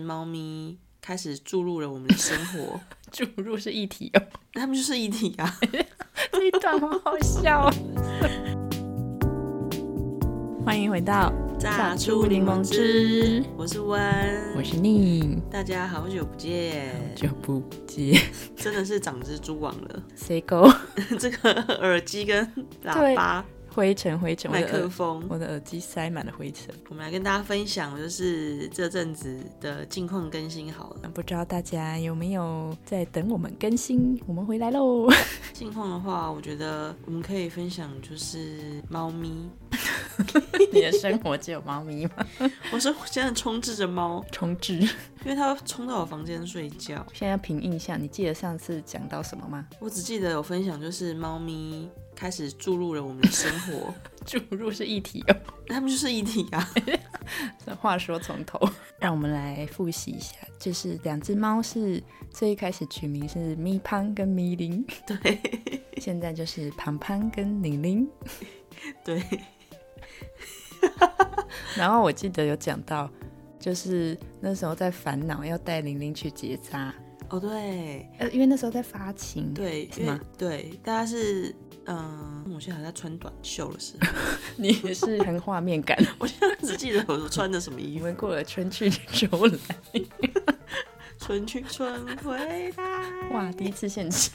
猫咪开始注入了我们的生活。 注入是一体哦， 他们就是一体啊。 这一段好好笑欢迎回到榨出柠檬汁，我是温， 我是宁， 大家好久不见， 好久不见， 真的是长蜘蛛网了。 谁够这个耳机跟喇叭灰尘， 麦克风， 我的耳机塞满了灰尘。 我们来跟大家分享，就是这阵子的近况更新好了。 不知道大家有没有在等我们更新？我们回来咯。 近况的话，我觉得我们可以分享就是猫咪。 你的生活只有猫咪吗？ 我生活现在充斥着猫， 充斥， 因为它会冲到我房间睡觉。 现在要凭印象，你记得上次讲到什么吗？ 我只记得有分享，就是猫咪开始注入了我们的生活。 注入是一体哦， 他们就是一体啊。 话说从头，让我们来复习一下，就是两只猫是最一开始取名是咪胖跟咪玲， 对， 现在就是胖胖跟玲玲， 对。 然后我记得有讲到，就是那时候在烦恼要带玲玲去结扎。 哦，对， 因为那时候在发情， 对， 是吗？ 对，大家是，我现在还在穿短袖的时候， 你也是很画面感。 我现在只记得我穿的什么衣服。 我们过了春去秋来， 春去春回来。 哇，第一次现场。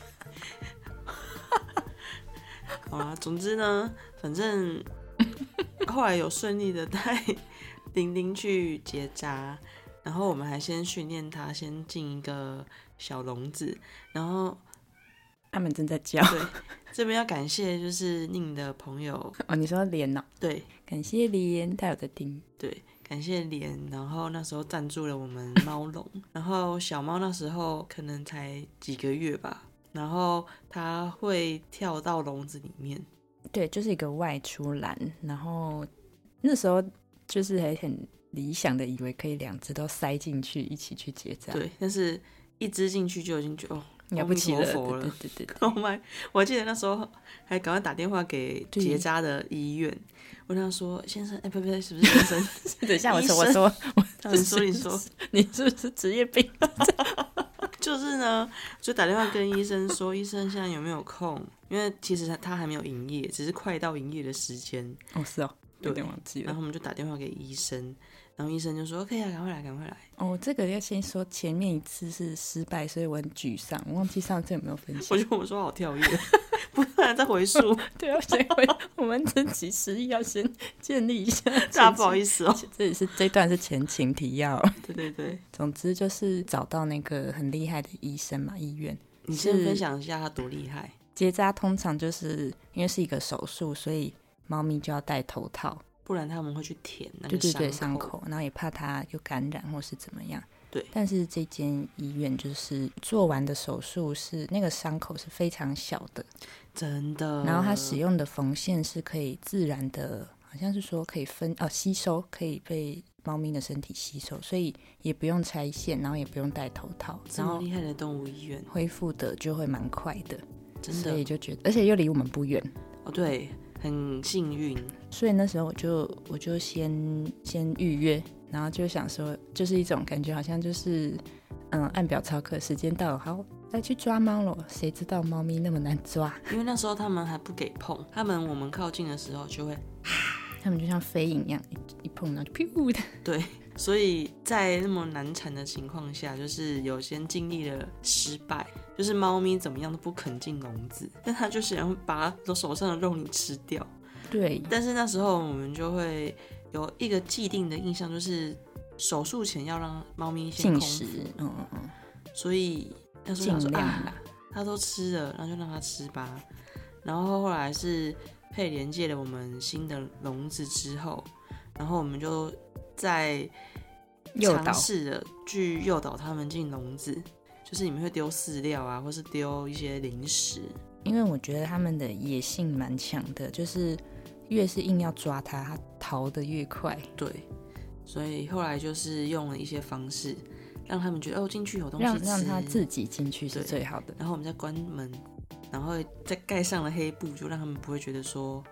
好啦，总之呢，反正后来有顺利的带玲玲去结扎。然后我们还先训练他先进一个小笼子，然后他们正在叫。 对，这边要感谢就是宁的朋友哦，你说莲哦？ 对， 感谢莲，他有在听。 对，感谢莲，然后那时候赞助了我们猫笼，然后小猫那时候可能才几个月吧，然后它会跳到笼子里面， 对，就是一个外出栏，然后那时候就是还很理想的以为可以两只都塞进去一起去结扎， 对，但是一只进去就已经了不起了，对。 Oh my！ 我还记得那时候还赶快打电话给结扎的医院，我跟他说：“先生，不，是不是先生？ 等一下，我说， 你说， 你是不是职业病？ 就是呢，就打电话跟医生说，医生现在有没有空？因为其实他还没有营业，只是快到营业的时间。 哦，是哦，有点忘记了。 然后我们就打电话给医生。”然后医生就说 OK 啊，赶快来。 哦，这个要先说，前面一次是失败，所以我很沮丧。我忘记上次有没有分享。 我觉得我们说好跳跃，不然再回溯。 对，要先回。我们这集实力要先建立一下。 大家不好意思哦， 这段是前情提要。 对。 总之就是找到那个很厉害的医生嘛，医院。 你先分享一下他多厉害。 结扎通常就是因为是一个手术，所以猫咪就要戴头套。 不然他们会去舔那个伤口，然后也怕它有感染或是怎么样。 对， 但是这间医院就是做完的手术是那个伤口是非常小的， 真的。 然后它使用的缝线是可以自然的，好像是说可以吸收，可以被猫咪的身体吸收，所以也不用拆线，然后也不用戴头套。 这么厉害的动物医院， 恢复的就会蛮快的， 真的。 所以就觉得，而且又离我们不远。 哦，对。很幸运， 所以那时候我就先预约，然后就想说，就是一种感觉，好像就是按表操课，时间到了，好再去抓猫了。谁知道猫咪那么难抓？ 因为那时候他们还不给碰，我们靠近的时候就会， 他们就像飞影一样，一碰然后就噗的。 对，所以在那么难产的情况下，就是有先经历了失败。就是猫咪怎么样都不肯进笼子，但它就是想把它手上的肉泥吃掉。 对， 但是那时候我们就会有一个既定的印象，就是手术前要让猫咪先空腹。所以那时候想说它都吃了，然后就让它吃吧。然后后来是佩莲借了我们新的笼子之后，然后我们就在尝试的去诱导它们进笼子。就是你们会丢饲料啊，或是丢一些零食， 因为我觉得他们的野性蛮强的，就是越是硬要抓它逃得越快。 对，所以后来就是用了一些方式，让他们觉得进去有东西吃， 让他自己进去是最好的。 然后我们再关门，然后再盖上了黑布，就让他们不会觉得说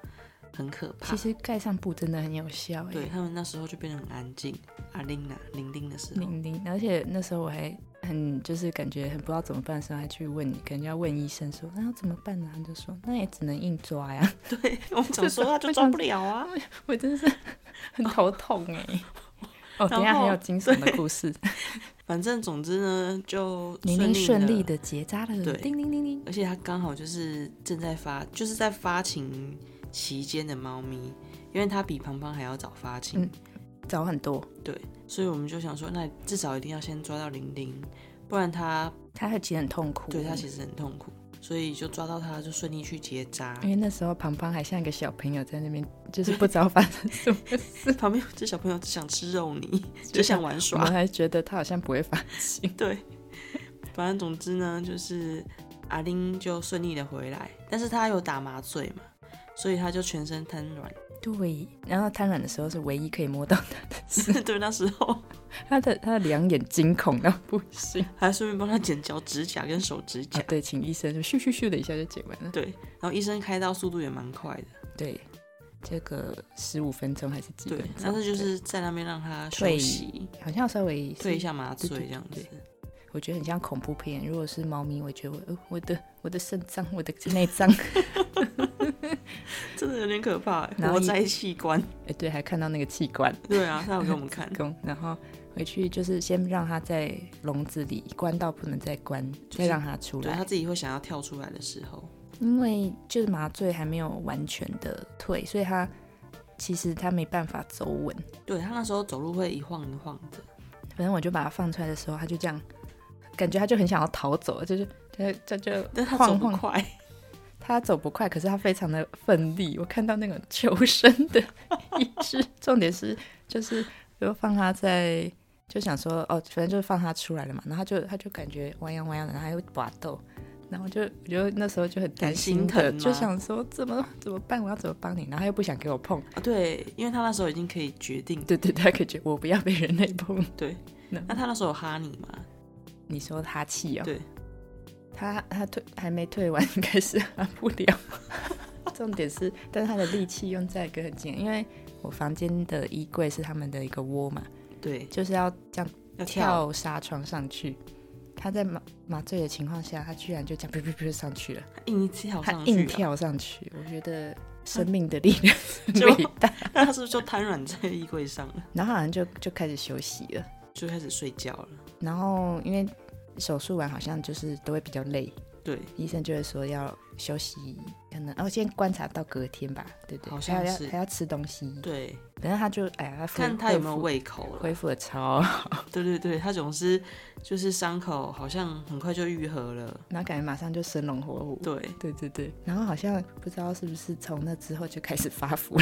很可怕。 其实盖上布真的很有效对，他们那时候就变得很安静。阿玲玲玲的时候， 玲玲，而且那时候我还很就是感觉很不知道怎么办的时候，还去问，可能要问医生说那要怎么办呢？他就说那也只能硬抓呀。 对，我们想说他就抓不了啊。 我真是很头痛等一下还有惊悚的故事。 反正总之呢，就玲玲顺利的结扎了， 对， 叮铃铃铃。 而且他刚好就是就是在发情期间的猫咪，因为它比胖胖还要早发情， 早很多。 对，所以我们就想说，那至少一定要先抓到玲玲，不然它其实很痛苦。 对，它其实很痛苦，所以就抓到它就顺利去结扎。 因为那时候胖胖还像一个小朋友在那边，就是不知道发生什么事。 旁边这小朋友只想吃肉泥，只想玩耍。 我们还觉得他好像不会发情。 对，反正总之呢，就是阿玲就顺利的回来，但是他有打麻醉嘛，所以他就全身瘫软。 对，然后瘫软的时候是唯一可以摸到他的事。 对，那时候他的两眼惊恐到不行， 还顺便帮他剪脚指甲跟手指甲。 对，请医生就咻咻咻的一下就剪完了。 对，然后医生开刀速度也蛮快的。 对，这个15分钟还是几分钟？ 对，但是就是在那边让他休息， 好像稍微退一下麻醉这样子。 我觉得很像恐怖片。如果是猫咪，我觉得我的肾脏，我的内脏。 真的有点可怕，活摘器官。 对，还看到那个器官。 对啊，他有给我们看。 然后回去就是先让他在笼子里关到不能再关，再让他出来。 对，他自己会想要跳出来的时候， 因为就是麻醉还没有完全的退，所以其实他没办法走稳。 对，他那时候走路会一晃一晃的。 反正我就把他放出来的时候，他就这样，感觉他就很想要逃走，就但他走不快。 他走不快，可是他非常的奋力。我看到那种求生的意志。重点是，就是就放他在，就想说反正就放他出来了嘛。然后他就感觉弯腰弯腰的，然后还会拔豆。然后我就那时候就很担心的，就想说怎么办？我要怎么帮你？然后他又不想给我碰。 对，因为他那时候已经可以决定。 对，他可以决定我不要被人类碰。 对，那他那时候有哈你吗？ 你说哈气哦？ 对。 他还没退完，应该是哈不了。重点是，但是他的力气用在一个很近，因为我房间的衣柜是他们的一个窝嘛， 对， 就是要这样跳纱窗上去。他在麻醉的情况下，他居然就这样噗上去了， 他硬跳上去。我觉得生命的力量伟大。 那他是不是就瘫软在衣柜上了？ 然后好像就开始休息了， 就开始睡觉了。 然后因为手术完好像就是都会比较累， 对， 医生就会说要休息，可能先观察到隔天吧，对， 好像是还要吃东西， 对， 反正他就看他有没有胃口了， 恢复的超好。 对，他总是就是伤口好像很快就愈合了， 然后感觉马上就生龙活虎，对，然后好像不知道是不是从那之后就开始发福了。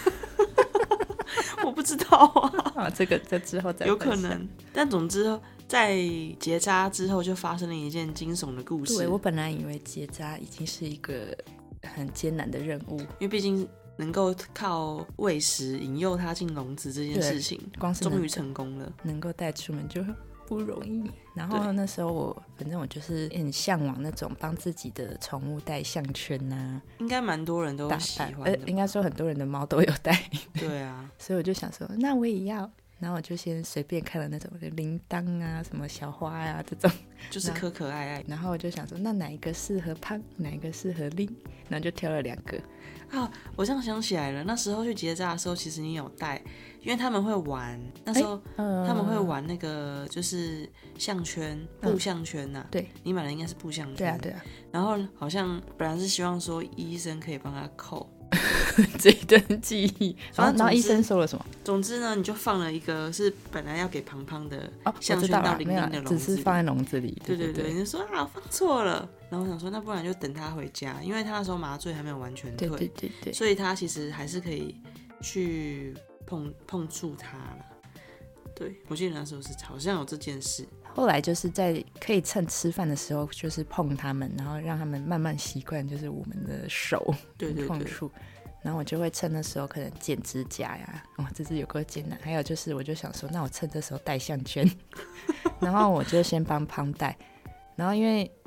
我不知道这之后再有可能，但总之在结扎之后就发生了一件惊悚的故事。 对，我本来以为结扎已经是一个很艰难的任务，因为毕竟能够靠喂食引诱它进笼子这件事情，终于成功了， 能够带出门就不容易。然后那时候反正我就是很向往那种帮自己的宠物戴项圈啊， 应该蛮多人都喜欢的， 应该说很多人的猫都有戴。 对啊， 所以我就想说那我也要，然后我就先随便看了那种铃铛啊什么小花啊这种， 就是可可爱爱。 然后我就想说那哪一个适合胖，哪一个适合令，然后就挑了2个啊。我这样想起来了，那时候去结扎的时候其实你有带，因为他们会玩，那时候他们会玩那个就是项圈，布项圈啊。 对， 你买的应该是布项圈。 对啊。 然后好像本来是希望说医生可以帮他扣这一段记忆，然后医生说了什么？ 总之呢，你就放了一个是本来要给胖胖的项圈到玲玲的笼子里， 只是放在笼子里。 对，你就说放错了。然后我想说，那不然就等他回家，因为他那时候麻醉还没有完全退， 对， 所以他其实还是可以去碰触它了。对，我记得那时候是好像有这件事。 后来就是在可以趁吃饭的时候，就是碰他们，然后让他们慢慢习惯，就是我们的手碰触。然后我就会趁那时候可能剪指甲呀，这是有够艰难。还有就是我就想说，那我趁这时候戴项圈，然后我就先帮胖戴。然后因为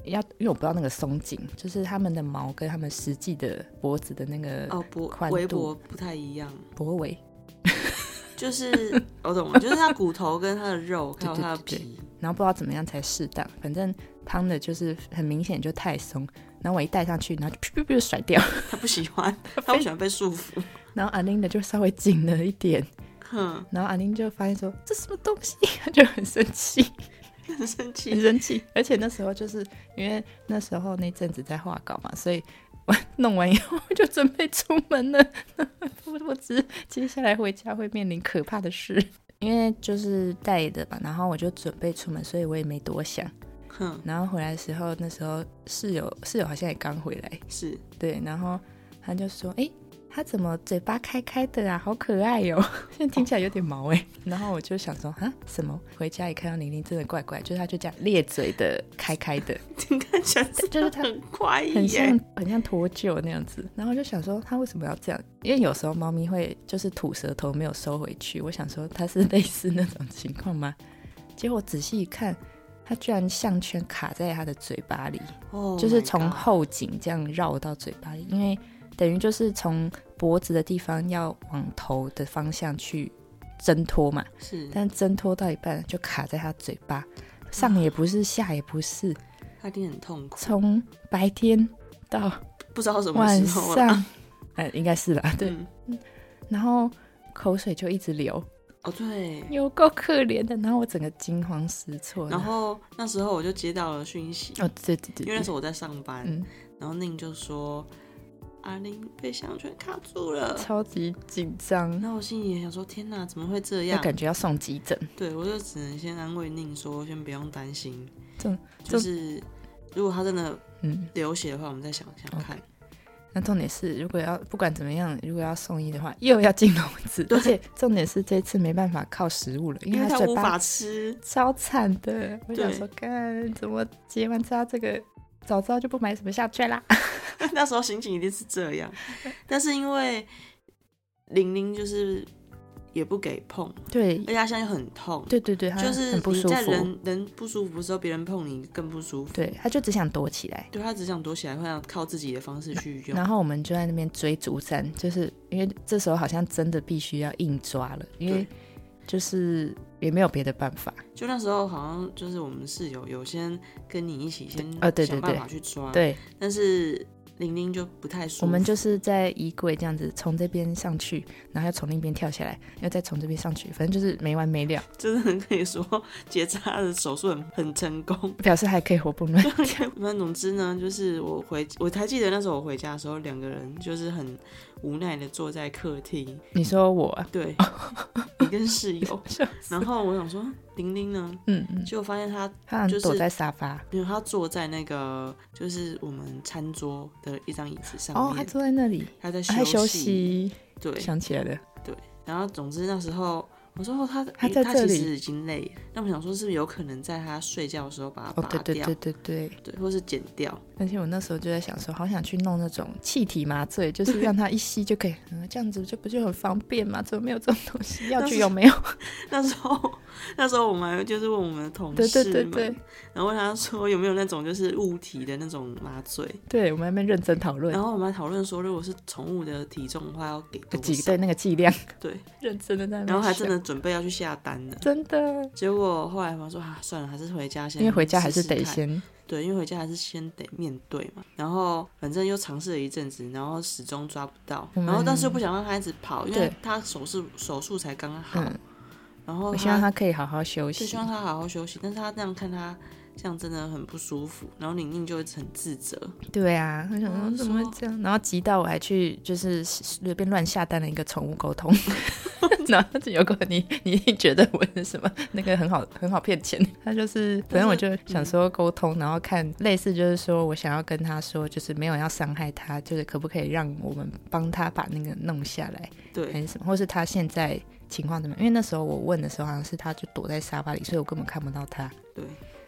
因为我不知道那个松紧，就是他们的毛跟他们实际的脖子的那个宽度围脖不太一样， 脖围就是我懂了，就是它骨头跟它的肉还有它的皮， 对对对对，然后不知道怎么样才适当，反正汤的就是很明显就太松，然后我一戴上去，然后就就甩掉。 他不喜欢，他不喜欢被束缚。 然后阿宁的就稍微紧了一点，然后阿宁就发现说这什么东西，他就很生气， 很生气， 很生气。而且那时候就是因为那时候那阵子在画稿嘛，所以我弄完以后就准备出门了。我只接下来回家会面临可怕的事，因为就是带的吧，然后我就准备出门，所以我也没多想。然后回来的时候，那时候室友好像也刚回来， 是对，然后他就说他怎么嘴巴开开的啊，好可爱哟、现在听起来有点毛然后我就想说什么，回家一看到玲玲真的怪怪，就是他就这样咧嘴的开开的， 听看起来就是他很怪异， 很像脱臼那样子。然后就想说他为什么要这样，因为有时候猫咪会就是吐舌头没有收回去，我想说它是类似那种情况吗？结果仔细一看，它居然项圈卡在它的嘴巴里，就是从后颈这样绕到嘴巴里，因为等于就是从脖子的地方要往头的方向去挣脱嘛， 是， 但挣脱到一半就卡在他嘴巴上，也不是下也不是， 他一定很痛苦， 从白天到不知道什么时候晚上应该是啦，对、然后口水就一直流， 对， 有够可怜的，然后我整个惊慌失措。 然后那时候我就接到了讯息， 对对对， 因为那时候我在上班，然后宁就说阿玲被项圈卡住了， 超级紧张。 那我心里也想说天哪，怎么会这样， 感觉要送急诊。 对，我就只能先安慰宁说先不用担心，就是如果他真的流血的话，我们再想想看。 那重点是如果要不管怎么样，如果要送医的话又要进笼子，而且重点是这次没办法靠食物了，因为他无法吃， 超惨的。我想说干怎么结完扎这个早知道就不买什么项圈啦。 那时候心情一定是这样，但是因为玲玲就是也不给碰， 对， 而且他现在又很痛， 对对对， 就是很不舒服， 你在人不舒服的时候，别人碰你更不舒服， 对，他就只想躲起来， 对，他只想躲起来，会想靠自己的方式去用。 然后我们就在那边追逐战，就是因为这时候好像真的必须要硬抓了，因为就是也没有别的办法。 就那时候好像就是我们室友有先跟你一起先想办法去抓， 对， 但是玲玲就不太舒服。 我们就是在衣柜这样子从这边上去，然后又从那边跳下来，又再从这边上去，反正就是没完没了。 真的很可以说结扎的手术很成功， 表示还可以活蹦乱跳。 那总之呢，就是我还记得那时候我回家的时候，两个人就是很无奈的坐在客厅。 你说我啊？ 对，你跟室友。然后我想说玲玲呢，结果发现他就是躲在沙发， 因为他坐在那个就是我们餐桌的一张椅子上面。 他坐在那里， 他在休息。 对， 想起来了。 对，然后总之那时候我说他其实已经累了，那我想说是不是有可能在他睡觉的时候把它拔掉， 对， 或是剪掉。 而且我那时候就在想说，好想去弄那种气体麻醉，就是让他一吸就可以，这样子不就很方便吗？怎么没有这种东西？药具有没有？ 那时候我们还就是问我们的同事们， 对， 然后问他说有没有那种就是物体的那种麻醉。 对，我们还没认真讨论。 然后我们还讨论说，如果是宠物的体重的话，要给多少？ 对，那个剂量。 对， 认真的在那边想。 然后还真的准备要去下单了， 真的。 结果后来我说算了，还是回家先试试看， 因为回家还是得先。 对，因为回家还是先得面对嘛。然后反正又尝试了一阵子，然后始终抓不到。然后但是又不想让他一直跑，因为他手术才刚好。然后我希望他可以好好休息， 是希望他好好休息。但是他这样看他这样真的很不舒服，然后玲玲就会很自责。对啊，我想说怎么会这样，然后急到我还去就是随便乱下单了一个宠物沟通。然后有个你一定觉得我是什么那个很好骗钱，他就是反正我就想说沟通，然后看类似就是说我想要跟他说就是没有要伤害他，就是可不可以让我们帮他把那个弄下来， 对， 还是什么，或是他现在情况怎么样？因为那时候我问的时候好像是他就躲在沙发里，所以我根本看不到他。 对，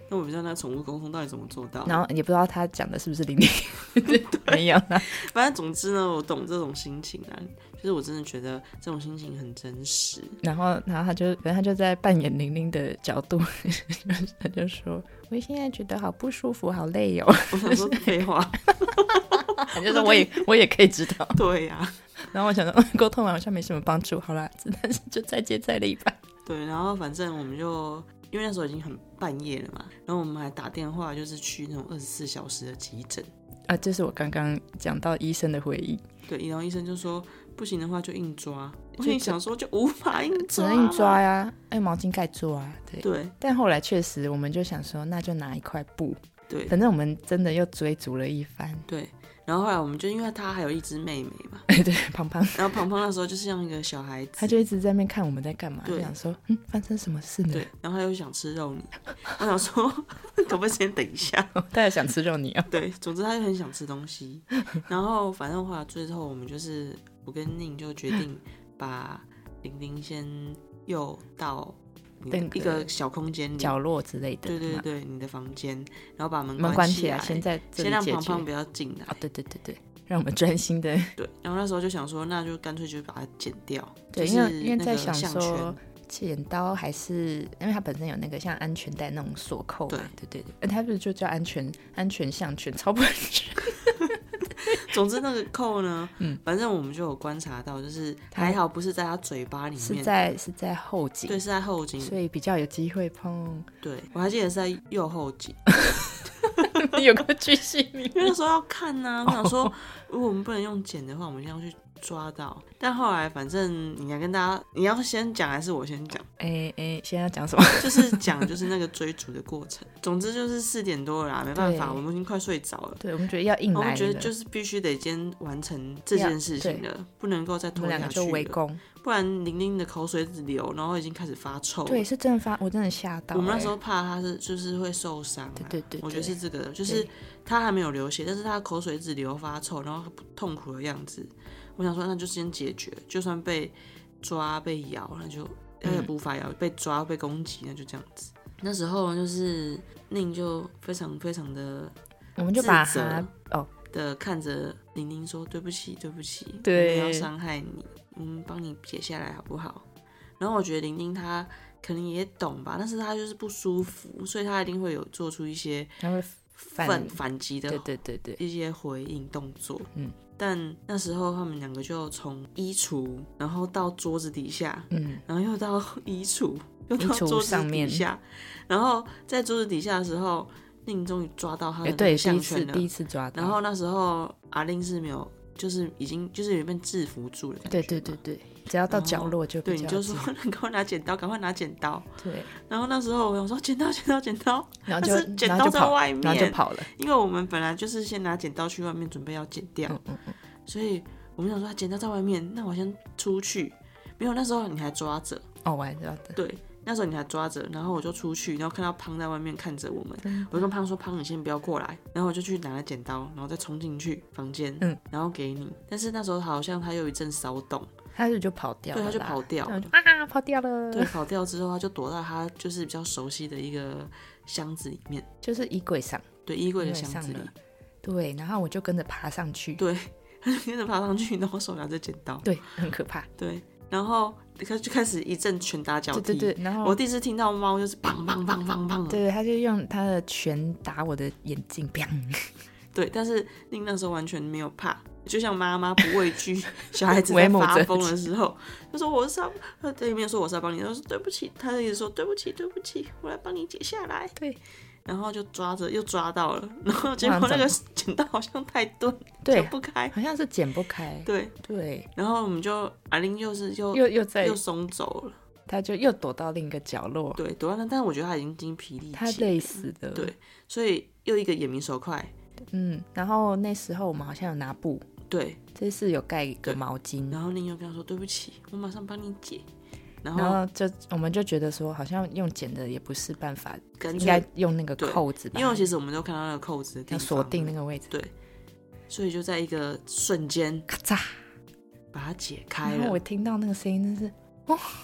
那我不知道那宠物沟通到底怎么做到， 然后也不知道他讲的是不是玲玲没有啦。 反正总之呢，我懂这种心情啊，就是我真的觉得这种心情很真实。 然后他就在扮演玲玲的角度，他就说：“我现在觉得好不舒服，好累哦。” 我想说废话， 他就说我也可以知道。 对呀、 然后我想说沟通完好像没什么帮助，好啦，但是就再接再厉吧。 对，然后反正我们就因为那时候已经很半夜了嘛，然后我们还打电话就是去那种24小时的急诊啊，这是我刚刚讲到医生的回忆。 对，然后医生就说不行的话就硬抓，我心想说就无法硬抓， 只能硬抓呀，用毛巾盖住啊。 对， 但后来确实我们就想说那就拿一块布， 对， 反正我们真的又追逐了一番。 对，然后后来我们就因为他还有一只妹妹嘛， 对，胖胖， 然后胖胖那时候就是像一个小孩子， 他就一直在那边看我们在干嘛， 对， 就想说发生什么事呢？ 对，然后他又想吃肉泥，我想说可不可以先等一下？ 他也想吃肉泥啊。 对，总之他就很想吃东西，然后反正后来最后我们就是我跟宁就决定把玲玲先诱到一个小空间里角落之类的， 对对对，你的房间，然后把门关起来，先在这里先让胖胖不要进来。 对对对对，让我们专心的。 对，然后那时候就想说，那就干脆就把它剪掉。 对， 就是因为在想说，剪刀还是因为它本身有那个像安全带那种锁扣嘛，对对对，它不是就叫安全项圈，超不安全。 总之那个扣呢，反正我们就有观察到，就是还好不是在他嘴巴里面， 是在后颈， 对，是在后颈， 所以比较有机会碰。 对，我还记得是在右后颈。 你有个巨细靡遗， 因为那时候要看啊，我想说，如果我们不能用剪的话，我们一定要去抓到。但后来反正你要跟大家，你要先讲还是我先讲？ 现在要讲什么？ 就是讲就是那个追逐的过程。总之就是4点多了啦，没办法，我们已经快睡着了。 对，我们觉得要硬来了， 我们觉得就是必须得先完成这件事情了，不能够再拖下去了。 我们两个就围攻， 不然玲玲的口水一直流，然后已经开始发臭了。 对，是真的我真的吓到。 我们那时候怕他就是会受伤、啊。 对， 我觉得是这个，就是他还没有流血，但是他口水一直流发臭，然后痛苦的样子。我想说那就先解决，就算被抓被咬，那就也无法咬，被抓被攻击，那就这样子。那时候就是宁就非常非常的， 我们就把他的看着玲玲说对不起对不起， 对， 我没有伤害你，帮你解下来好不好？然后我觉得玲玲她可能也懂吧，但是她就是不舒服，所以她一定会有做出一些反击的对一些回应动作。但那时候他们两个就从衣橱，然后到桌子底下，然后又到衣橱，又到桌子底下，然后在桌子底下的时候，宁终于抓到他的项圈了， 第一次抓到。 然后那时候阿令是没有，就是已经就是有点制服住的感觉。对， 只要到角落就比较对，你就说赶快拿剪刀，赶快拿剪刀。 对。 然后那时候我想说剪刀， 然后就剪刀在外面， 然后就跑了。 因为我们本来就是先拿剪刀去外面准备要剪掉，所以我们想说剪刀在外面，那我先出去。没有，那时候你还抓着。 我还抓着。 对，那时候你还抓着，然后我就出去，然后看到胖在外面看着我们，我就跟胖说：“胖，你先不要过来。”然后我就去拿了剪刀，然后再冲进去房间，然后给你。但是那时候好像他有一阵骚动。 他就跑掉了， 对，他就跑掉了， 跑掉了。 对，跑掉之后，他就躲到他就是比较熟悉的一个箱子里面， 就是衣柜上。 对，衣柜的箱子里。 对，然后我就跟着爬上去。 对，他就跟着爬上去，然后手拿着剪刀。 对，很可怕。 对，然后他就开始一阵拳打脚踢。 对，然后我第一次听到猫就是砰砰砰砰砰。 对，他就用他的拳打我的眼睛，砰。 对，但是宁那时候完全没有怕。就像妈妈不畏惧小孩子在发疯的时候，就说我是要，他在里面说我是要帮你，他说对不起，他一直说对不起，我来帮你解下来。 对， 然后就抓着，又抓到了，然后结果那个剪刀好像太钝，剪不开， 好像是剪不开。对， 然后我们就阿玲又松走了， 他就又躲到另一个角落。 对，躲到那，但是我觉得他已经精疲力尽， 他累死的。 对，所以又一个眼明手快。 然后那时候我们好像有拿布。 对， 这次有盖一个毛巾， 然后宁又跟他说对不起，我马上帮你解。然后我们就觉得说，好像用剪的也不是办法，应该用那个扣子吧。 因为其实我们都看到那个扣子的地方， 锁定那个位置。 对，所以就在一个瞬间， 咔嚓， 把它解开了。 然后我听到那个声音，真是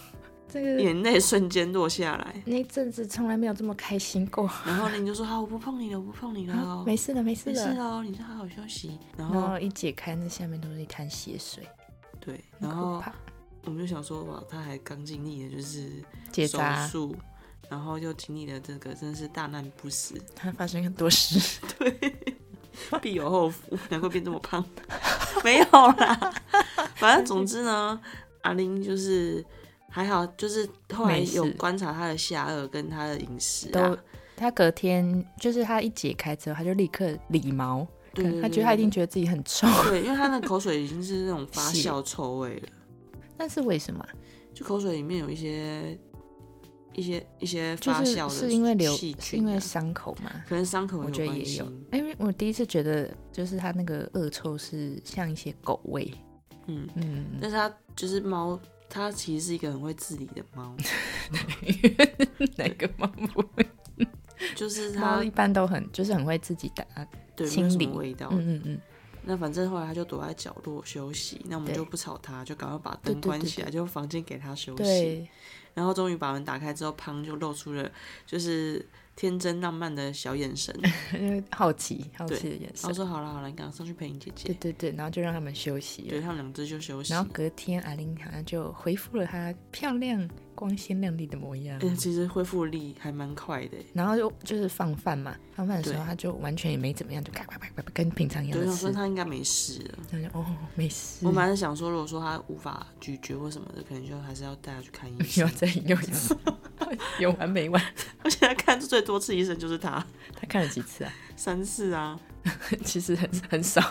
这个眼泪瞬间落下来。 那一阵子从来没有这么开心过。 然后你就说好，我不碰你了，我不碰你了哦， 没事了，没事了， 没事哦，你就好好休息。然后一解开，那下面都是一滩血水。 对，然后我们就想说，哇，他还刚经历的就是手术，然后又经历了这个，真的是大难不死。 他发生很多事， 对，必有后福，难怪变这么胖。没有啦，反正总之呢，阿玲就是还好，就是后来有观察她的下颚跟她的饮食啊。 她隔天就是她一解开之后，她就立刻理毛。对，她觉得她一定觉得自己很臭。 对，因为她的口水已经是那种发酵臭味了。 那是为什么？ 就口水里面有一些发酵的细菌， 是因为是因为伤口嘛？ 可能伤口有关系。 我觉得也有，因为我第一次觉得就是它那个恶臭是像一些狗味。 但是它就是猫，它其实是一个很会自理的猫。 哪个猫不会？ 就是它猫一般都很会自己清理味道。那反正后来他就躲在角落休息，那我们就不吵他，就赶快把灯关起来，就房间给他休息。然后终于把门打开之后，胖就露出了就是天真浪漫的小眼神， 好奇的眼神。 然后说好了，你赶快上去陪你姐姐。 对，然后就让他们休息了。 对，他们两只就休息。 然后隔天阿玲好像就恢复了她漂亮、光鲜亮丽的模样。 其实恢复力还蛮快的。 然后就是放饭嘛，放饭的时候他就完全也没怎么样，就咔咔咔跟平常一样的吃。 对，我说他应该没事了。 他就没事。 我本来想说，如果说他无法咀嚼或什么的，可能就还是要带他去看医生。 有完没完？ 我现在看最多次医生就是他。 他看了几次啊 ？3次啊。 其实很少。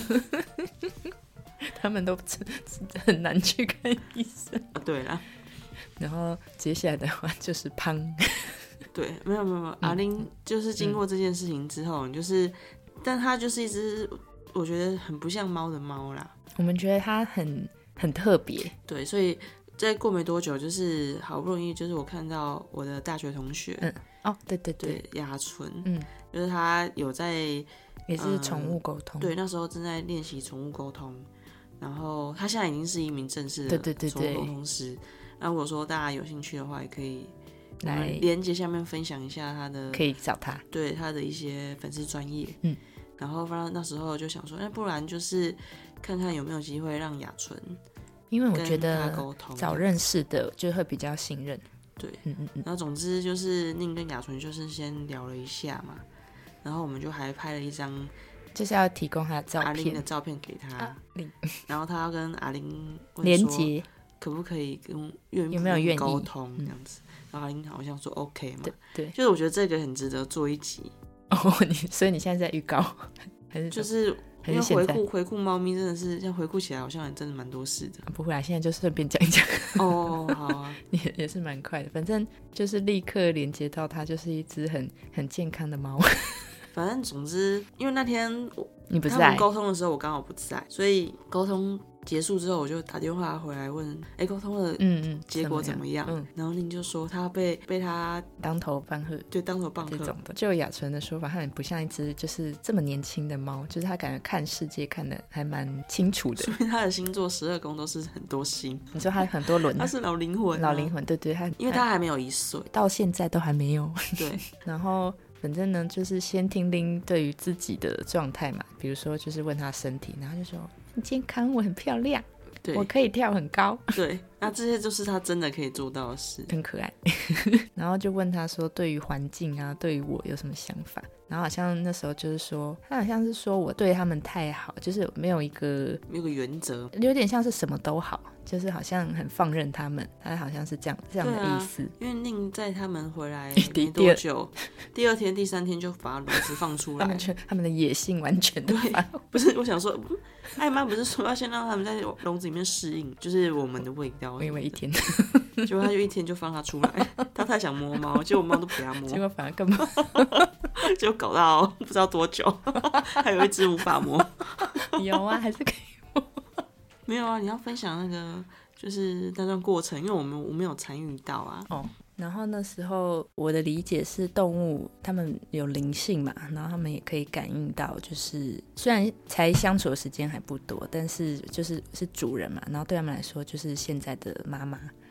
他们都很难去看医生。 对啦。 然后接下来的话就是胖。 对，没有，阿玲就是经过这件事情之后，但她就是一只我觉得很不像猫的猫啦。 我们觉得它很特别。 对，所以再过没多久，就是好不容易，就是我看到我的大学同学，对，雅纯，就是他有在也是宠物沟通， 对，那时候正在练习宠物沟通，然后他现在已经是一名正式的宠物沟通师。那如果说大家有兴趣的话，也可以来连结下面分享一下他的， 可以找他， 对他的一些粉丝专页。然后那时候就想说，不然就是看看有没有机会让雅纯， 因为我觉得早认识的就会比较信任。 对，然后总之就是宁跟雅纯就是先聊了一下嘛，然后我们就还拍了一张， 就是要提供他的照片， 阿玲的照片给他，然后他要跟阿玲连结， 可不可以跟有没有愿意沟通这样子，然后阿玲好像说 OK 嘛， 对， 就是我觉得这个很值得做一集。 所以你现在在预告还是就是因为回顾猫咪真的是，像回顾起来好像真的蛮多事的。 不会啦，现在就顺便讲一讲。 好啊， 也是蛮快的，反正就是立刻连接到它，就是一只很健康的猫。 反正总之，因为那天你不在， 他们沟通的时候我刚好不在，所以沟通结束之后，我就打电话回来问，沟通的结果怎么样？然后您就说他被他当头棒喝， 对，当头棒喝这种的。就雅纯的说法，他很不像一只就是这么年轻的猫，就是他感觉看世界看得还蛮清楚的。 所以他的星座12宫都是很多星， 你说他很多轮， 他是老灵魂， 老灵魂，对， 因为他还没有1岁， 到现在都还没有。 对， 然后。反正呢，就是先听听对于自己的状态嘛，比如说就是问他身体，然后就说很健康，我很漂亮，对，我可以跳很高， 对，那这些就是他真的可以做到的事， 很可爱。然后就问他说对于环境啊，对于我有什么想法，然后好像那时候就是说他好像是说我对他们太好，就是没有一个原则， 有点像是什么都好，就是好像很放任他们，他好像是这样的意思。 因为宁在他们回来没多久，第2天第3天就把笼子放出来， 他们的野性完全的不是，我想说艾妈不是说要先让他们在笼子里面适应就是我们的味道， 我以为1天结果他就1天就放他出来，他太想摸猫，结果猫都陪他摸， 结果反而更就搞到不知道多久还有一只无法摸。 有啊，还是可以摸。 没有啊，你要分享那个就是那段过程，因为我没有参与到啊。 然后那时候我的理解是动物它们有灵性嘛，然后它们也可以感应到，就是虽然才相处的时间还不多，但是是主人嘛，然后对他们来说就是现在的妈妈。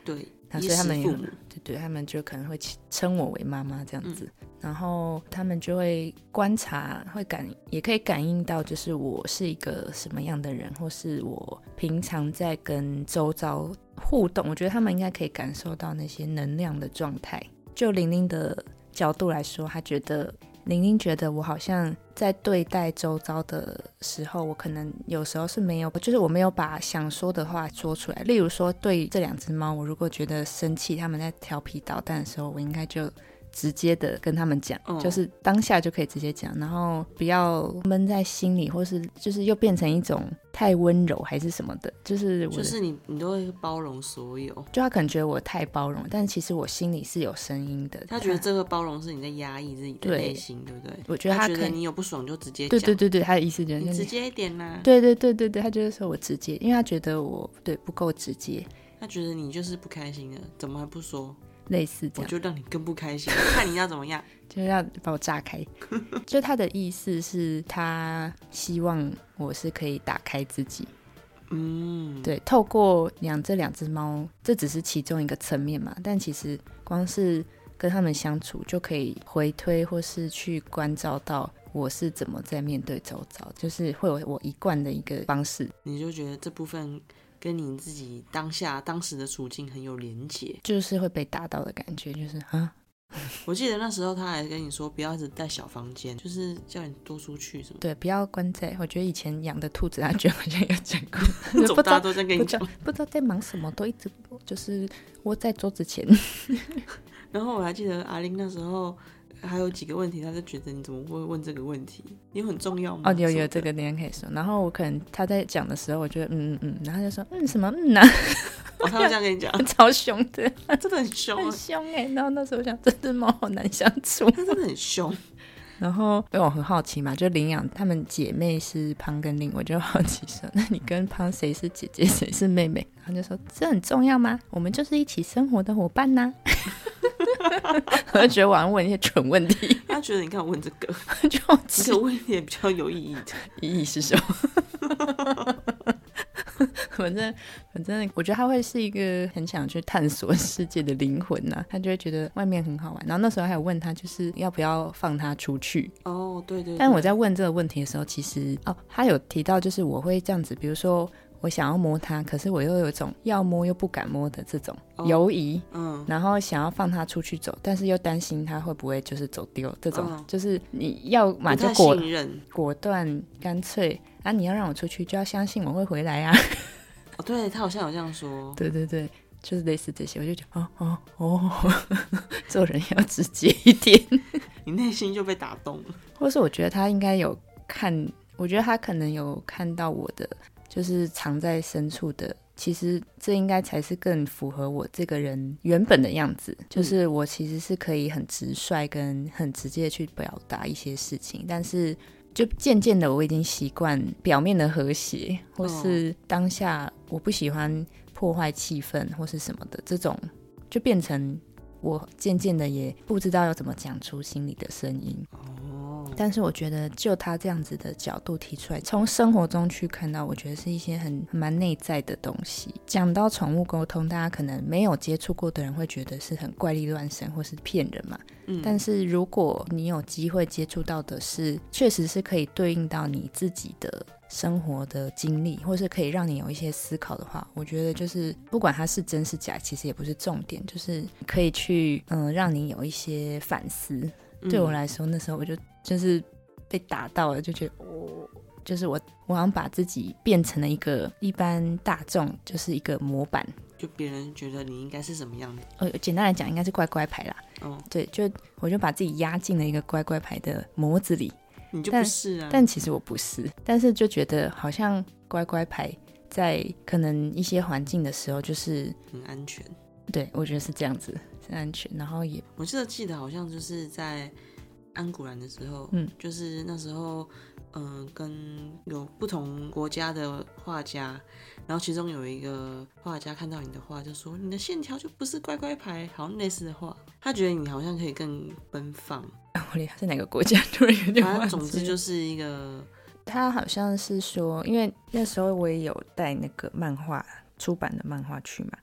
对， 所以他们对，他们就可能会称我为妈妈这样子。然后他们就会观察，也可以感应到就是我是一个什么样的人，或是我平常在跟周遭互动，我觉得他们应该可以感受到那些能量的状态。就玲玲的角度来说，玲玲觉得我好像在对待周遭的时候，我可能有时候是没有，就是我没有把想说的话说出来。例如说对这2只猫，我如果觉得生气，他们在调皮捣蛋的时候，我应该就直接的跟他们讲，就是当下就可以直接讲，然后不要闷在心里，或是就是又变成一种太温柔还是什么的，就是你都会包容所有。 就他可能觉得我太包容，但其实我心里是有声音的。 他觉得这个包容是你在压抑自己的内心， 对不对？ 我觉得他觉得你有不爽就直接讲。 对，他的意思就是你直接一点啦。 对，他就是说我直接，因为他觉得我不够直接， 他觉得你就是不开心了，怎么还不说？ 类似这样， 我就让你更不开心，看你要怎么样， 就要把我炸开。就他的意思是他希望我是可以打开自己，对，透过这2只猫，这只是其中一个层面嘛，但其实光是跟他们相处就可以回推或是去关照到我是怎么在面对周遭，就是会有我一贯的一个方式。 你就觉得这部分跟你自己当时的处境很有连结， 就是会被打到的感觉，就是啊。 我记得那时候他还跟你说不要一直在小房间，就是叫你多出去什么。 对，不要关在。我觉得以前养的兔子，他觉得好像有讲过， 怎么大家都在跟你讲， 不知道在忙什么，都一直就是窝在桌子前。 然后我还记得阿玲那时候还有几个问题，他就觉得你怎么会问这个问题？有很重要吗？ 有这个等一下可以说。然后我可能他在讲的时候，我觉得然后他就说什么他会这样跟你讲， 超凶的， 真的很凶， 很凶然后那时候我想，这只猫好难相处， 它真的很凶。 然后因为我很好奇嘛，就领养他们姐妹是胖跟令，我就好奇说，那你跟胖谁是姐姐谁是妹妹？然后就说这很重要吗？我们就是一起生活的伙伴呐。我就觉得我要问一些蠢问题， 他觉得你看我问这个， 就这个问题也比较有意义的。 意义是什么？反正我觉得他会是一个很想去探索世界的灵魂啊，他就会觉得外面很好玩。然后那时候还有问他就是要不要放他出去。 对， 但我在问这个问题的时候，其实他有提到就是我会这样子，比如说我想要摸它，可是我又有一种要摸又不敢摸的这种犹疑，然后想要放它出去走，但是又担心它会不会就是走丢，这种就是你要嘛就果断干脆啊，你要让我出去就要相信我会回来啊。 对，他好像有这样说。 对，就是类似这些，我就觉得做人要直接一点。 你内心就被打动了。 或是我觉得他应该有看，我觉得他可能有看到我的就是藏在深处的，其实这应该才是更符合我这个人原本的样子，就是我其实是可以很直率跟很直接的去表达一些事情，但是就渐渐的我已经习惯表面的和谐，或是当下我不喜欢破坏气氛或是什么的，这种就变成我渐渐的也不知道要怎么讲出心里的声音。但是我觉得就他这样子的角度提出来，从生活中去看到，我觉得是一些蛮内在的东西。讲到宠物沟通，大家可能没有接触过的人会觉得是很怪力乱神或是骗人嘛，但是如果你有机会接触到的是确实是可以对应到你自己的生活的经历，或是可以让你有一些思考的话，我觉得就是不管它是真是假，其实也不是重点，就是可以去让你有一些反思。对我来说那时候我就是被打到了，就觉得就是我好像把自己变成了一个一般大众就是一个模板， 就别人觉得你应该是什么样的。 简单来讲应该是乖乖牌啦。对，我就把自己压进了一个乖乖牌的模子里。 你就不是啊。 但其实我不是，但是就觉得好像乖乖牌在可能一些环境的时候就是很安全。 对，我觉得是这样子，是安全。然后我记得好像就是在安古兰的时候，就是那时候跟有不同国家的画家，然后其中有一个画家看到你的画就说你的线条就不是乖乖牌，好像类似的话，他觉得你好像可以更奔放。 我是哪个国家突然有点忘记。 总之就是一个， 他好像是说，因为那时候我也有带那个漫画出版的漫画去嘛，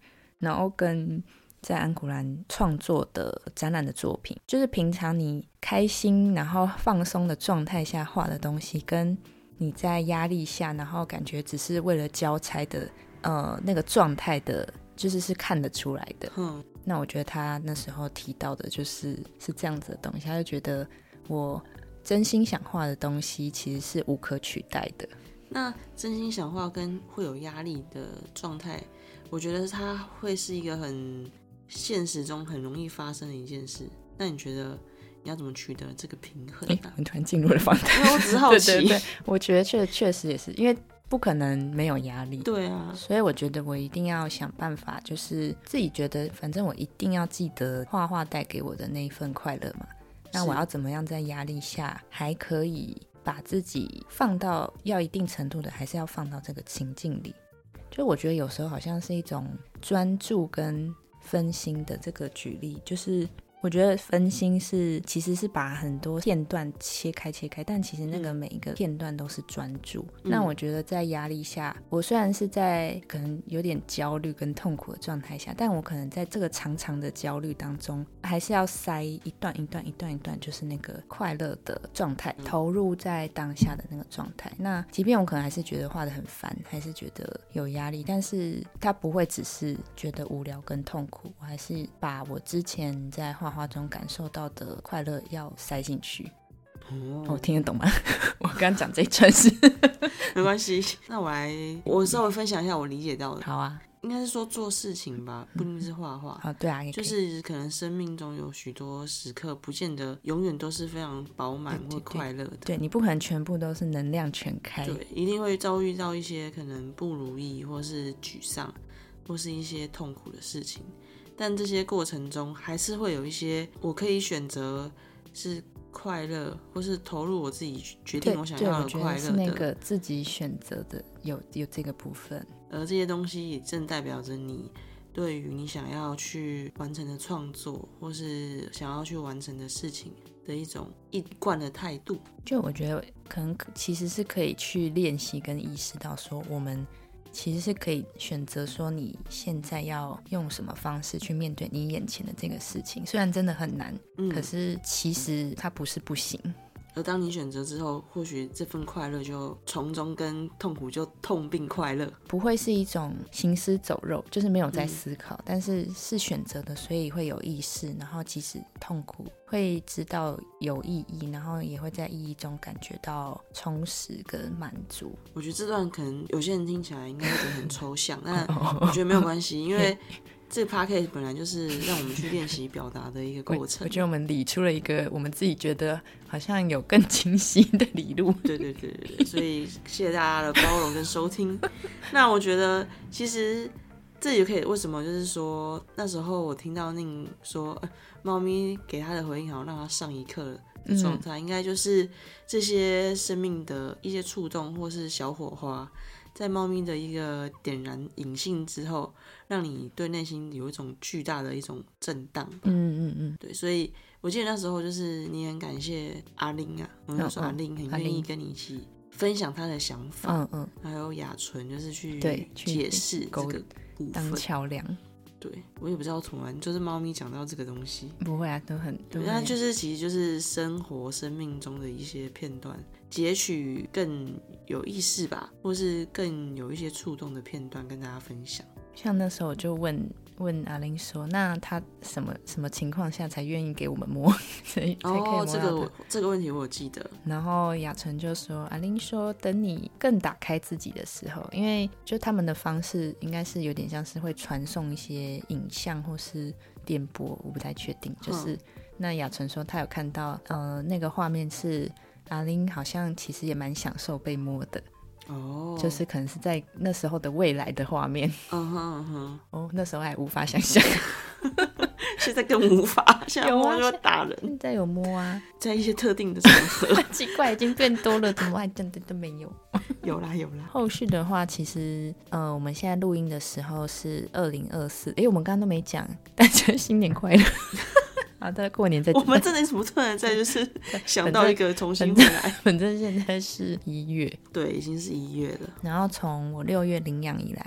然后跟在安古兰创作的展览的作品，就是平常你开心然后放松的状态下画的东西，跟你在压力下然后感觉只是为了交差的那个状态的，就是看得出来的。那我觉得他那时候提到的是这样子的东西，他就觉得我真心想画的东西其实是无可取代的。 那真心想画跟会有压力的状态，我觉得它会是一个很现实中很容易发生的一件事。那你觉得你要怎么取得这个平衡啊？ 我突然进入了访谈， 因为我只是好奇。 对对对，我觉得确实也是，因为不可能没有压力。 对啊， 所以我觉得我一定要想办法，就是自己觉得反正我一定要记得画画带给我的那一份快乐嘛。那我要怎么样在压力下还可以把自己放到要一定程度的，还是要放到这个情境里。就我觉得有时候好像是一种专注跟分心的这个举例，就是我觉得分心其实是把很多片段切开，但其实那个每一个片段都是专注。那我觉得在压力下，我虽然是在可能有点焦虑跟痛苦的状态下，但我可能在这个长长的焦虑当中，还是要塞一段，就是那个快乐的状态，投入在当下的那个状态。那即便我可能还是觉得画得很烦，还是觉得有压力，但是它不会只是觉得无聊跟痛苦，我还是把我之前在画画中感受到的快乐要塞进去。我听得懂吗？我刚刚讲这一串是没关系。那我稍微分享一下我理解到的。 好啊， 应该是说做事情吧，不一定是画画。 对啊， 就是可能生命中有许多时刻，不见得永远都是非常饱满或快乐的。 对，你不可能全部都是能量全开。 对，一定会遭遇到一些可能不如意，或是沮丧，或是一些痛苦的事情。但这些过程中还是会有一些我可以选择是快乐，或是投入我自己决定我想要的快乐的。 是那个自己选择的有这个部分， 而这些东西也正代表着你对于你想要去完成的创作，或是想要去完成的事情的一种一贯的态度。 就我觉得可能其实是可以去练习跟意识到说，我们其实是可以选择说你现在要用什么方式去面对你眼前的这个事情，虽然真的很难，可是其实它不是不行。 而当你选择之后，或许这份快乐就从中跟痛苦就痛并快乐， 不会是一种行尸走肉，就是没有在思考，但是是选择的，所以会有意识，然后即使痛苦会知道有意义，然后也会在意义中感觉到充实跟满足。 我觉得这段可能有些人听起来应该会觉得很抽象，但我觉得没有关系，因为这个 podcast 本来就是让我们去练习表达的一个过程。 我觉得我们理出了一个我们自己觉得好像有更清晰的理路。 对，所以谢谢大家的包容跟收听。那我觉得其实这也可以，为什么就是说那时候我听到宁说猫咪给他的回应好像让他上一课的状态，应该就是这些生命的一些触动或是小火花，在猫咪的一个点燃引信之后，让你对内心有一种巨大的一种震荡吧。对，所以我记得那时候就是你很感谢阿玲啊，我们说阿玲很愿意跟你一起分享她的想法，还有雅纯就是去解释这个部分， 当桥梁。 对，我也不知道突然就是猫咪讲到这个东西， 不会啊，都很那就是其实就是生活生命中的一些片段，截取更有意识吧，或是更有一些触动的片段跟大家分享。 像那时候我就问阿玲说，那他什么情况下才愿意给我们摸？才可以摸到这个问题我有记得。 然后雅纯就说，阿玲说等你更打开自己的时候，因为就他们的方式应该是有点像是会传送一些影像或是电波，我不太确定。就是那雅纯说他有看到那个画面是阿玲好像其实也蛮享受被摸的。就是可能是在那时候的未来的画面。那时候还无法想象。 现在更无法，现在摸就会打人。 现在有摸啊， 在一些特定的场合。 奇怪，已经变多了，怎么还真的都没有？ 有啦。 后续的话，其实我们现在录音的时候是2024，我们刚刚都没讲，大家新年快乐。好的，过年再见。 我们真的怎么突然在就是想到一个重新回来？ 反正现在是1月， 对，已经是1月了。 然后从我6月领养以来，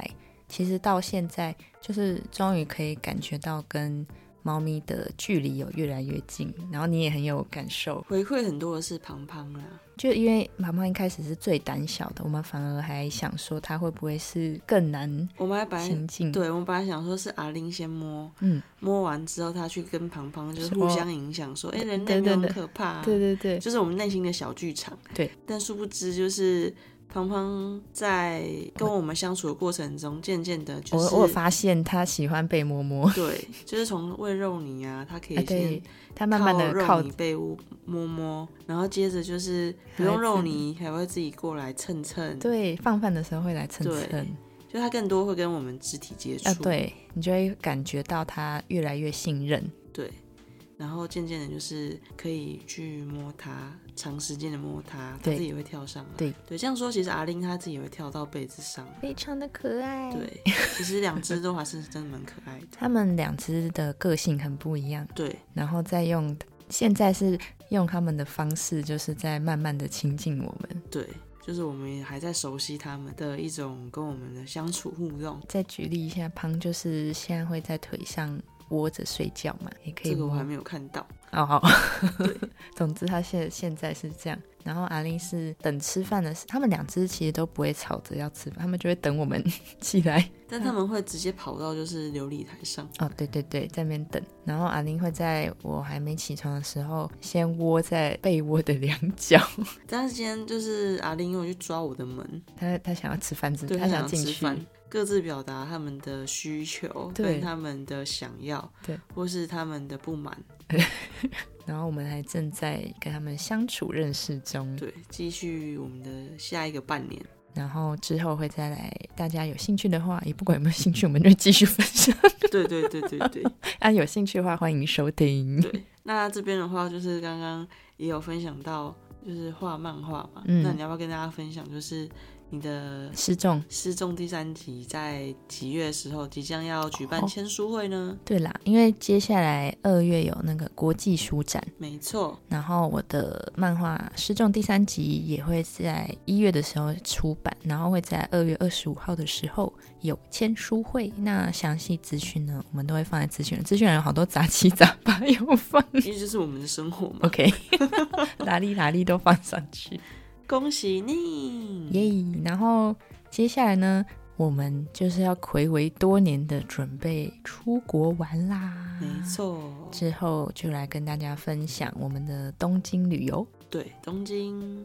其实到现在就是终于可以感觉到跟猫咪的距离有越来越近，然后你也很有感受。 回馈很多的是胖胖啦， 就因为胖胖一开始是最胆小的，我们反而还想说他会不会是更难亲近。 对，我们本来想说是阿玲先摸，摸完之后他去跟胖胖就是互相影响说人类没有很可怕， 对对对， 就是我们内心的小剧场。 对， 但殊不知就是胖胖在跟我们相处的过程中，渐渐的就是我发现他喜欢被摸摸。 对，就是从喂肉泥啊，他可以先他慢慢的靠肉泥被摸摸，然后接着就是不用肉泥还会自己过来蹭蹭。 对，放饭的时候会来蹭蹭。 就他更多会跟我们肢体接触。 对，你就会感觉到他越来越信任。 对。然后渐渐的，就是可以去摸它，长时间的摸它，它自己也会跳上来。对，这样说，其实阿玲她自己也会跳到被子上， 非常的可爱。 对，其实2只都还是真的蛮可爱的。 他们2只的个性很不一样。 对， 然后现在是用他们的方式，就是在慢慢的亲近我们。 对，就是我们还在熟悉他们的一种跟我们的相处互动。 再举例一下，胖就是现在会在腿上窝着睡觉嘛，也可以摸。 这个我还没有看到。 好，对，总之他现在是这样。然后阿玲是等吃饭的时候，他们2只其实都不会吵着要吃饭，他们就会等我们起来， 但他们会直接跑到就是流理台上。 对对对，在那边等。然后阿玲会在我还没起床的时候先窝在被窝的2角。 但是今天就是阿玲又去抓我的门， 他想要吃饭， 他想进去， 各自表达他们的需求跟他们的想要，对，或是他们的不满。 然后我们还正在跟他们相处认识中， 对，继续我们的下一个半年。 然后之后会再来，大家有兴趣的话，也不管有没有兴趣，我们就继续分享。 对对对对对， 有兴趣的话欢迎收听。 对，那这边的话就是刚刚也有分享到，就是画漫画嘛，那你要不要跟大家分享，就是你的失重第3集在几月的时候即将要举办签书会呢？ 对啦，因为接下来2月有那个国际书展， 没错。 然后我的漫画失重第3集也会在1月的时候出版，然后会在2月25号的时候有签书会。那详细资讯呢，我们都会放在资讯栏有好多杂七杂八要放， 因为这是我们的生活嘛。 OK， 哪里都放上去。 恭喜你耶！然后接下来呢，我们就是要睽违多年的准备出国玩啦。 没错， 之后就来跟大家分享我们的东京旅游。 对，东京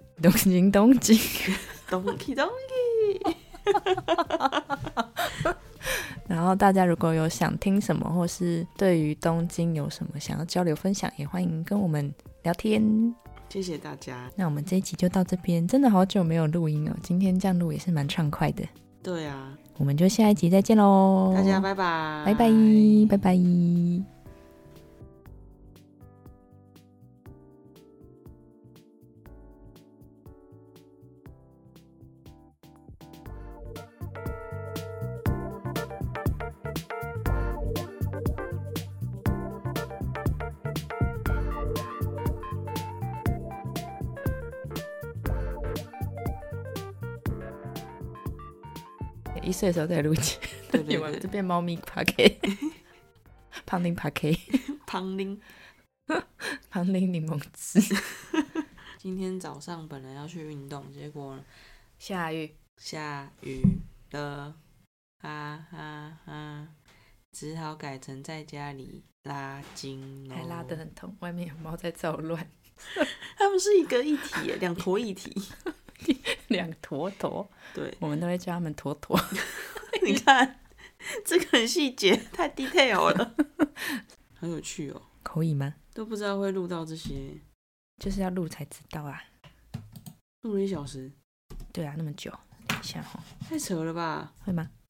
然后大家如果有想听什么，或是对于东京有什么想要交流分享，也欢迎跟我们聊天。 谢谢大家。 那我们这一集就到这边，真的好久没有录音了，今天这样录也是蛮畅快的。 对啊， 我们就下一集再见咯， 大家拜拜， 拜拜，拜拜。1岁的时候再录起， 对， 就变猫咪 Park， 胖丁 Park， 胖丁柠檬汁。 今天早上本来要去运动，结果下雨了，只好改成在家里拉筋还拉得很痛，外面有猫在躁乱。 它们是一个一体耶，2坨一体。 2坨坨， 对， 我们都会叫他们坨坨。 你看，这个很细节，太 detail 了，很有趣哦。 可以吗？ 都不知道会录到这些， 就是要录才知道啊。 录了1小时， 对啊，那么久，等一下齁， 太扯了吧？ 会吗？